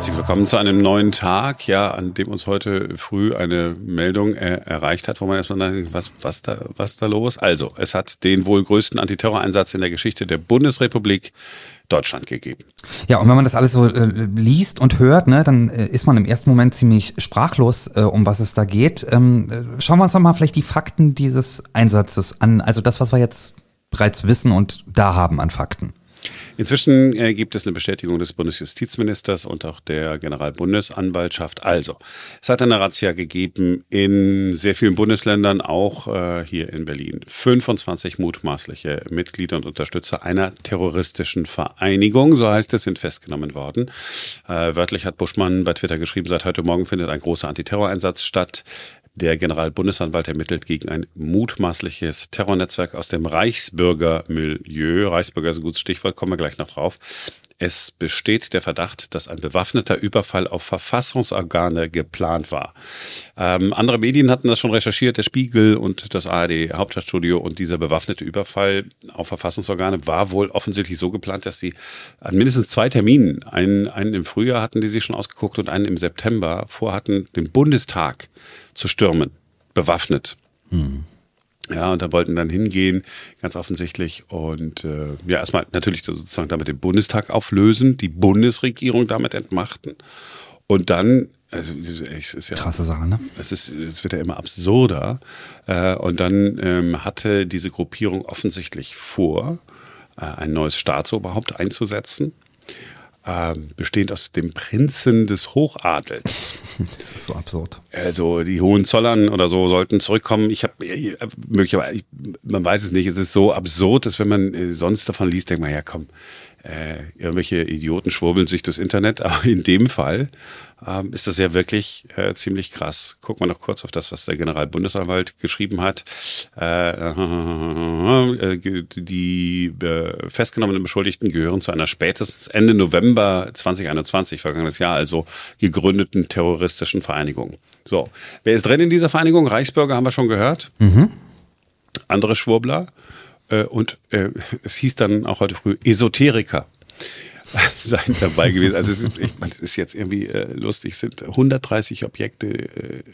Herzlich willkommen zu einem neuen Tag, ja, an dem uns heute früh eine Meldung erreicht hat, wo man erstmal denkt, was da los? Also, es hat den wohl größten Antiterroreinsatz in der Geschichte der Bundesrepublik Deutschland gegeben. Ja, und wenn man das alles so liest und hört, ne, dann ist man im ersten Moment ziemlich sprachlos, um was es da geht. Schauen wir uns doch mal vielleicht die Fakten dieses Einsatzes an, also das, was wir jetzt bereits wissen und da haben an Fakten. Inzwischen gibt es eine Bestätigung des Bundesjustizministers und auch der Generalbundesanwaltschaft. Also, es hat eine Razzia gegeben in sehr vielen Bundesländern, auch hier in Berlin. 25 mutmaßliche Mitglieder und Unterstützer einer terroristischen Vereinigung, so heißt es, sind festgenommen worden. Wörtlich hat Buschmann bei Twitter geschrieben, seit heute Morgen findet ein großer Antiterroreinsatz statt. Der Generalbundesanwalt ermittelt gegen ein mutmaßliches Terrornetzwerk aus dem Reichsbürgermilieu. Reichsbürger ist ein gutes Stichwort, kommen wir gleich noch drauf. Es besteht der Verdacht, dass ein bewaffneter Überfall auf Verfassungsorgane geplant war. Andere Medien hatten das schon recherchiert, der Spiegel und das ARD Hauptstadtstudio. Und dieser bewaffnete Überfall auf Verfassungsorgane war wohl offensichtlich so geplant, dass die an mindestens 2 Terminen, einen im Frühjahr hatten die sich schon ausgeguckt und einen im September, vorhatten, den Bundestag zu stürmen, bewaffnet. Ja, und da wollten dann hingehen, ganz offensichtlich. Und ja, erstmal natürlich sozusagen damit den Bundestag auflösen, die Bundesregierung damit entmachten. Und dann, also es ist ja krasse Sache, ne? Es wird ja immer absurder. Und dann hatte diese Gruppierung offensichtlich vor, ein neues Staatsoberhaupt einzusetzen. Bestehend aus dem Prinzen des Hochadels. Das ist so absurd. Also die Hohenzollern oder so sollten zurückkommen. Ich habe möglicherweise, man weiß es nicht, es ist so absurd, dass wenn man sonst davon liest, denkt man, ja komm, irgendwelche Idioten schwurbeln sich durchs Internet, aber in dem Fall ist das ja wirklich ziemlich krass. Gucken wir noch kurz auf das, was der Generalbundesanwalt geschrieben hat. Die festgenommenen Beschuldigten gehören zu einer spätestens Ende November 2021, vergangenes Jahr, also gegründeten terroristischen Vereinigung. So, wer ist drin in dieser Vereinigung? Reichsbürger haben wir schon gehört. Andere Schwurbler. Und es hieß dann auch heute früh Esoteriker seien dabei gewesen. Also es ist jetzt irgendwie lustig, es sind 130 Objekte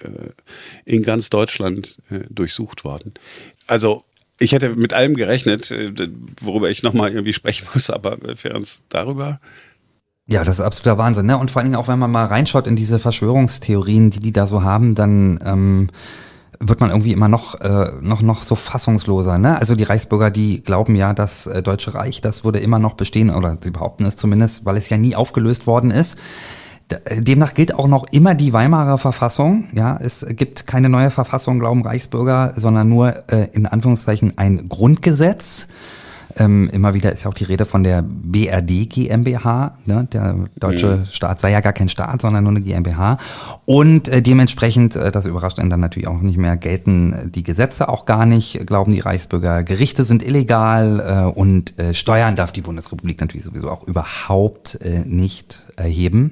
in ganz Deutschland durchsucht worden. Also ich hätte mit allem gerechnet, worüber ich nochmal irgendwie sprechen muss, aber für uns darüber... Ja, das ist absoluter Wahnsinn, ne? Und vor allen Dingen auch, wenn man mal reinschaut in diese Verschwörungstheorien, die da so haben, dann wird man irgendwie immer noch so fassungsloser, ne? Also die Reichsbürger, die glauben ja, das Deutsche Reich, das würde immer noch bestehen, oder sie behaupten es zumindest, weil es ja nie aufgelöst worden ist. Demnach gilt auch noch immer die Weimarer Verfassung, ja? Es gibt keine neue Verfassung, glauben Reichsbürger, sondern nur in Anführungszeichen ein Grundgesetz. Immer wieder ist ja auch die Rede von der BRD GmbH, ne? Der deutsche Staat sei ja gar kein Staat, sondern nur eine GmbH. Und dementsprechend, das überrascht einen dann natürlich auch nicht mehr, gelten die Gesetze auch gar nicht, glauben die Reichsbürger. Gerichte sind illegal und Steuern darf die Bundesrepublik natürlich sowieso auch überhaupt nicht erheben.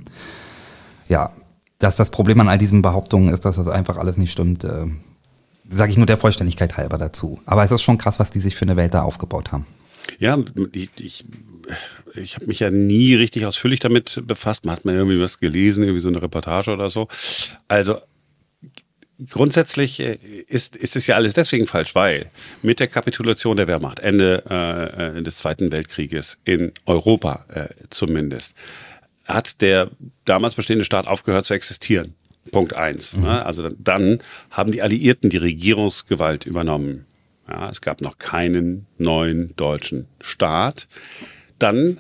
Ja, dass das Problem an all diesen Behauptungen ist, dass das einfach alles nicht stimmt, sage ich nur der Vollständigkeit halber dazu. Aber es ist schon krass, was die sich für eine Welt da aufgebaut haben. Ja, ich habe mich ja nie richtig ausführlich damit befasst. Man hat mal irgendwie was gelesen, irgendwie so eine Reportage oder so. Also grundsätzlich ist es ja alles deswegen falsch, weil mit der Kapitulation der Wehrmacht, Ende des Zweiten Weltkrieges in Europa zumindest, hat der damals bestehende Staat aufgehört zu existieren. Punkt 1. Ne? Also dann haben die Alliierten die Regierungsgewalt übernommen. Ja, es gab noch keinen neuen deutschen Staat. Dann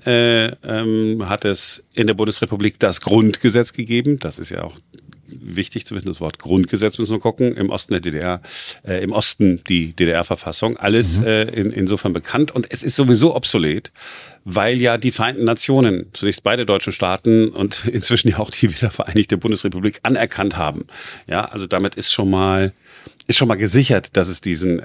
hat es in der Bundesrepublik das Grundgesetz gegeben. Das ist ja auch wichtig zu wissen, das Wort Grundgesetz müssen wir gucken. Im Osten der DDR, im Osten die DDR-Verfassung. Alles insofern bekannt. Und es ist sowieso obsolet, weil ja die Vereinten Nationen, zunächst beide deutschen Staaten und inzwischen ja auch die wiedervereinigte Bundesrepublik anerkannt haben. Ja, also damit ist schon mal gesichert, dass es diesen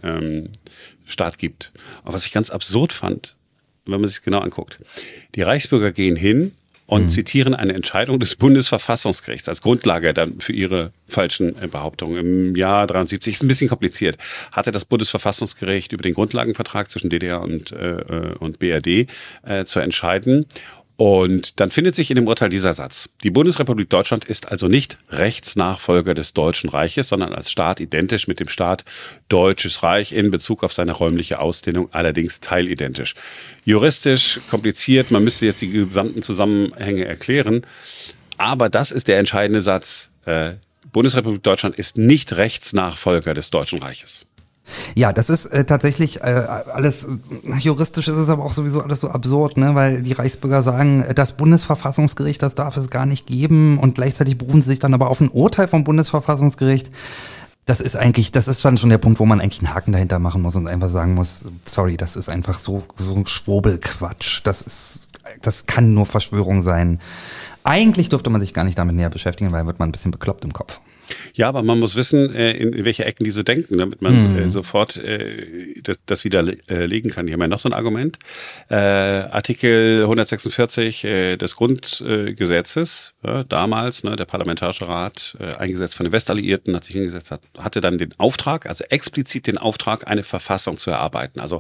Staat gibt. Aber was ich ganz absurd fand, wenn man sich genau anguckt, die Reichsbürger gehen hin und zitieren eine Entscheidung des Bundesverfassungsgerichts als Grundlage dann für ihre falschen Behauptungen. Im Jahr 73, ist ein bisschen kompliziert, hatte das Bundesverfassungsgericht über den Grundlagenvertrag zwischen DDR und BRD zu entscheiden. Und dann findet sich in dem Urteil dieser Satz: Die Bundesrepublik Deutschland ist also nicht Rechtsnachfolger des Deutschen Reiches, sondern als Staat identisch mit dem Staat Deutsches Reich in Bezug auf seine räumliche Ausdehnung, allerdings teilidentisch. Juristisch kompliziert, man müsste jetzt die gesamten Zusammenhänge erklären, aber das ist der entscheidende Satz. Bundesrepublik Deutschland ist nicht Rechtsnachfolger des Deutschen Reiches. Ja, das ist tatsächlich alles, juristisch ist es aber auch sowieso alles so absurd, ne? Weil die Reichsbürger sagen, das Bundesverfassungsgericht, das darf es gar nicht geben, und gleichzeitig berufen sie sich dann aber auf ein Urteil vom Bundesverfassungsgericht. Das ist dann schon der Punkt, wo man eigentlich einen Haken dahinter machen muss und einfach sagen muss, sorry, das ist einfach so ein Schwurbelquatsch. Das kann nur Verschwörung sein. Eigentlich dürfte man sich gar nicht damit näher beschäftigen, weil wird man ein bisschen bekloppt im Kopf. Ja, aber man muss wissen, in welche Ecken die so denken, damit man sofort das widerlegen kann. Die haben ja noch so ein Argument. Artikel 146 des Grundgesetzes, damals, der Parlamentarische Rat, eingesetzt von den Westalliierten, hat sich hingesetzt, hatte dann den Auftrag, also explizit den Auftrag, eine Verfassung zu erarbeiten. Also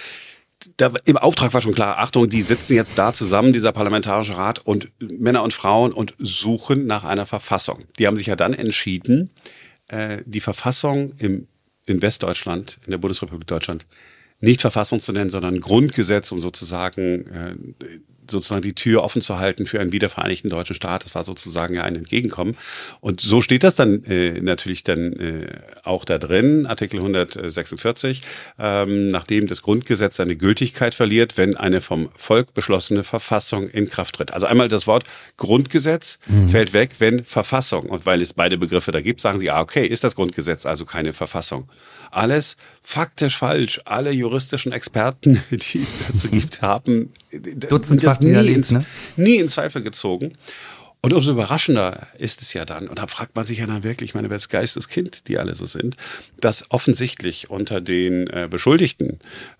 im Auftrag war schon klar, Achtung, die sitzen jetzt da zusammen, dieser Parlamentarische Rat, und Männer und Frauen, und suchen nach einer Verfassung. Die haben sich ja dann entschieden, die Verfassung in Westdeutschland, in der Bundesrepublik Deutschland, nicht Verfassung zu nennen, sondern Grundgesetz, um sozusagen die Tür offen zu halten für einen wiedervereinigten deutschen Staat. Das war sozusagen ja ein Entgegenkommen. Und so steht das dann natürlich dann auch da drin, Artikel 146, nachdem das Grundgesetz seine Gültigkeit verliert, wenn eine vom Volk beschlossene Verfassung in Kraft tritt. Also einmal das Wort Grundgesetz fällt weg, wenn Verfassung. Und weil es beide Begriffe da gibt, sagen sie, okay, ist das Grundgesetz also keine Verfassung. Alles faktisch falsch. Alle juristischen Experten, die es dazu gibt, haben das nie in Zweifel gezogen. Und umso überraschender ist es ja dann, und da fragt man sich ja dann wirklich, wer ist Geisteskind, die alle so sind, dass offensichtlich unter den Beschuldigten,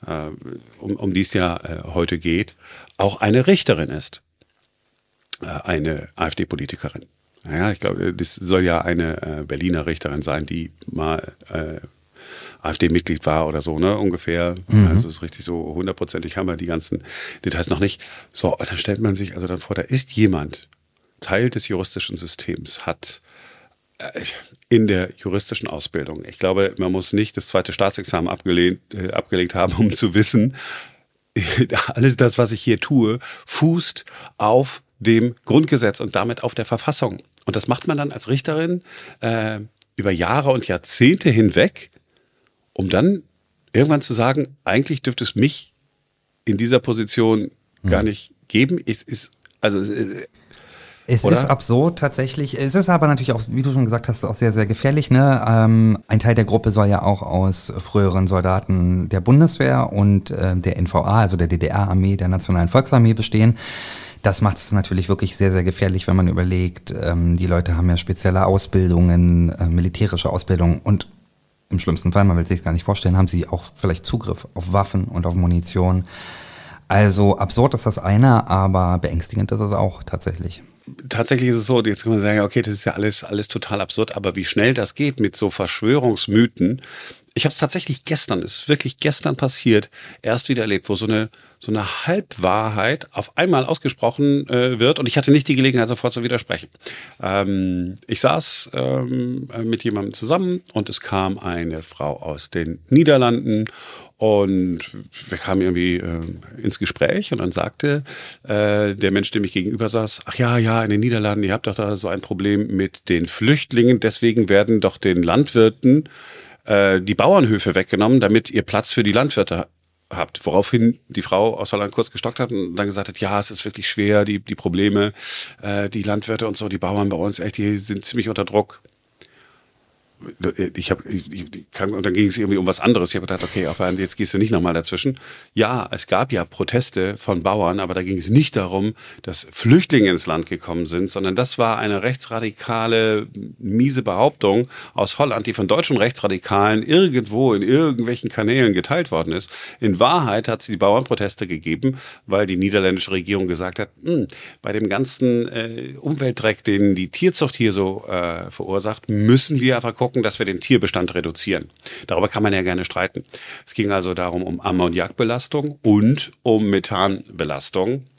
um die es ja heute geht, auch eine Richterin ist. Eine AfD-Politikerin. Naja, ich glaube, das soll ja eine Berliner Richterin sein, die mal AfD-Mitglied war oder so, ungefähr. Also ist richtig so, 100%ig haben wir die ganzen Details noch nicht. So, und dann stellt man sich also dann vor, da ist jemand, Teil des juristischen Systems, hat in der juristischen Ausbildung, ich glaube, man muss nicht das zweite Staatsexamen abgelegt haben, um zu wissen, alles das, was ich hier tue, fußt auf dem Grundgesetz und damit auf der Verfassung. Und das macht man dann als Richterin über Jahre und Jahrzehnte hinweg, um dann irgendwann zu sagen, eigentlich dürfte es mich in dieser Position gar nicht geben. Es ist absurd tatsächlich. Es ist aber natürlich auch, wie du schon gesagt hast, auch sehr, sehr gefährlich. Ne? Ein Teil der Gruppe soll ja auch aus früheren Soldaten der Bundeswehr und der NVA, also der DDR-Armee, der Nationalen Volksarmee bestehen. Das macht es natürlich wirklich sehr, sehr gefährlich, wenn man überlegt, die Leute haben ja spezielle Ausbildungen, militärische Ausbildung, und im schlimmsten Fall, man will sich gar nicht vorstellen, haben sie auch vielleicht Zugriff auf Waffen und auf Munition. Also absurd ist das eine, aber beängstigend ist es auch tatsächlich. Tatsächlich ist es so, jetzt kann man sagen, okay, das ist ja alles total absurd, aber wie schnell das geht mit so Verschwörungsmythen. Ich habe es tatsächlich es ist wirklich gestern passiert, erst wieder erlebt, wo so eine Halbwahrheit auf einmal ausgesprochen wird, und ich hatte nicht die Gelegenheit, sofort zu widersprechen. Ich saß mit jemandem zusammen, und es kam eine Frau aus den Niederlanden, und wir kamen irgendwie ins Gespräch, und dann sagte der Mensch, der mich gegenüber saß, ach ja, in den Niederlanden, ihr habt doch da so ein Problem mit den Flüchtlingen, deswegen werden doch den Landwirten die Bauernhöfe weggenommen, damit ihr Platz für die Landwirte habt. Woraufhin die Frau aus Holland kurz gestockt hat und dann gesagt hat, ja, es ist wirklich schwer, die Probleme, die Landwirte und so, die Bauern bei uns, echt, die sind ziemlich unter Druck. Und dann ging es irgendwie um was anderes. Ich habe gedacht, okay, jetzt gehst du nicht nochmal dazwischen. Ja, es gab ja Proteste von Bauern, aber da ging es nicht darum, dass Flüchtlinge ins Land gekommen sind, sondern das war eine rechtsradikale, miese Behauptung aus Holland, die von deutschen Rechtsradikalen irgendwo in irgendwelchen Kanälen geteilt worden ist. In Wahrheit hat es die Bauernproteste gegeben, weil die niederländische Regierung gesagt hat, bei dem ganzen Umweltdreck, den die Tierzucht hier so verursacht, müssen wir einfach gucken, dass wir den Tierbestand reduzieren. Darüber kann man ja gerne streiten. Es ging also darum, um Ammoniakbelastung und um Methanbelastung.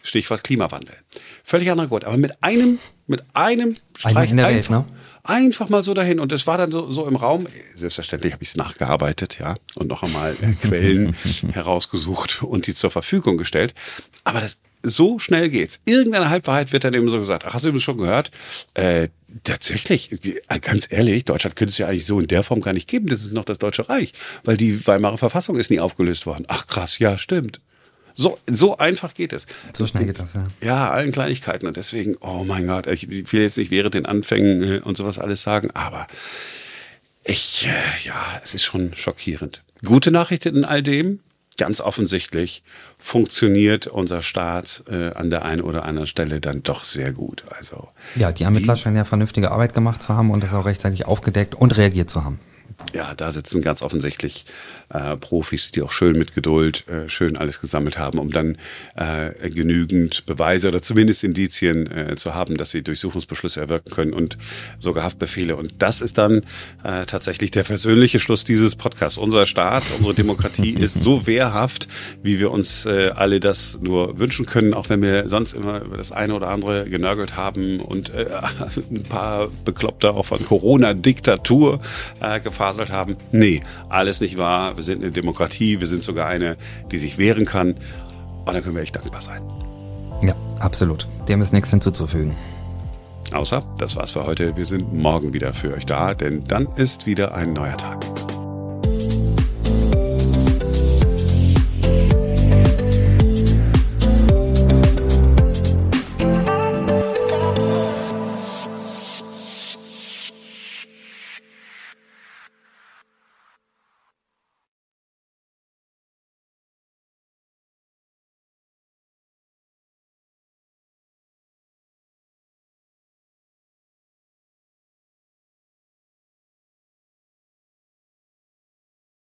Stichwort Klimawandel. Völlig anderer Grund. Aber mit einem Streich in der Welt, ne? Einfach mal so dahin. Und es war dann so im Raum. Selbstverständlich habe ich es nachgearbeitet, ja. Und noch einmal Quellen herausgesucht und die zur Verfügung gestellt. Aber so schnell geht's. Irgendeine Halbwahrheit wird dann eben so gesagt. Ach, hast du übrigens schon gehört? Tatsächlich, ganz ehrlich, Deutschland könnte es ja eigentlich so in der Form gar nicht geben. Das ist noch das Deutsche Reich. Weil die Weimarer Verfassung ist nie aufgelöst worden. Ach krass, ja, stimmt. So einfach geht es. So schnell geht das, ja. Ja, allen Kleinigkeiten. Und deswegen, oh mein Gott, ich will jetzt nicht während den Anfängen und sowas alles sagen, aber es ist schon schockierend. Gute Nachricht in all dem, ganz offensichtlich funktioniert unser Staat an der einen oder anderen Stelle dann doch sehr gut. Also ja, die Ermittler scheinen ja vernünftige Arbeit gemacht zu haben und das auch rechtzeitig aufgedeckt und reagiert zu haben. Ja, da sitzen ganz offensichtlich Profis, die auch schön mit Geduld schön alles gesammelt haben, um dann genügend Beweise oder zumindest Indizien zu haben, dass sie Durchsuchungsbeschlüsse erwirken können und sogar Haftbefehle. Und das ist dann tatsächlich der versöhnliche Schluss dieses Podcasts. Unser Staat, unsere Demokratie ist so wehrhaft, wie wir uns alle das nur wünschen können, auch wenn wir sonst immer über das eine oder andere genörgelt haben und ein paar Bekloppte auch von Corona-Diktatur gefaselt haben. Nee, alles nicht wahr. Wir sind eine Demokratie, wir sind sogar eine, die sich wehren kann. Und da können wir echt dankbar sein. Ja, absolut. Dem ist nichts hinzuzufügen. Außer, das war's für heute. Wir sind morgen wieder für euch da, denn dann ist wieder ein neuer Tag.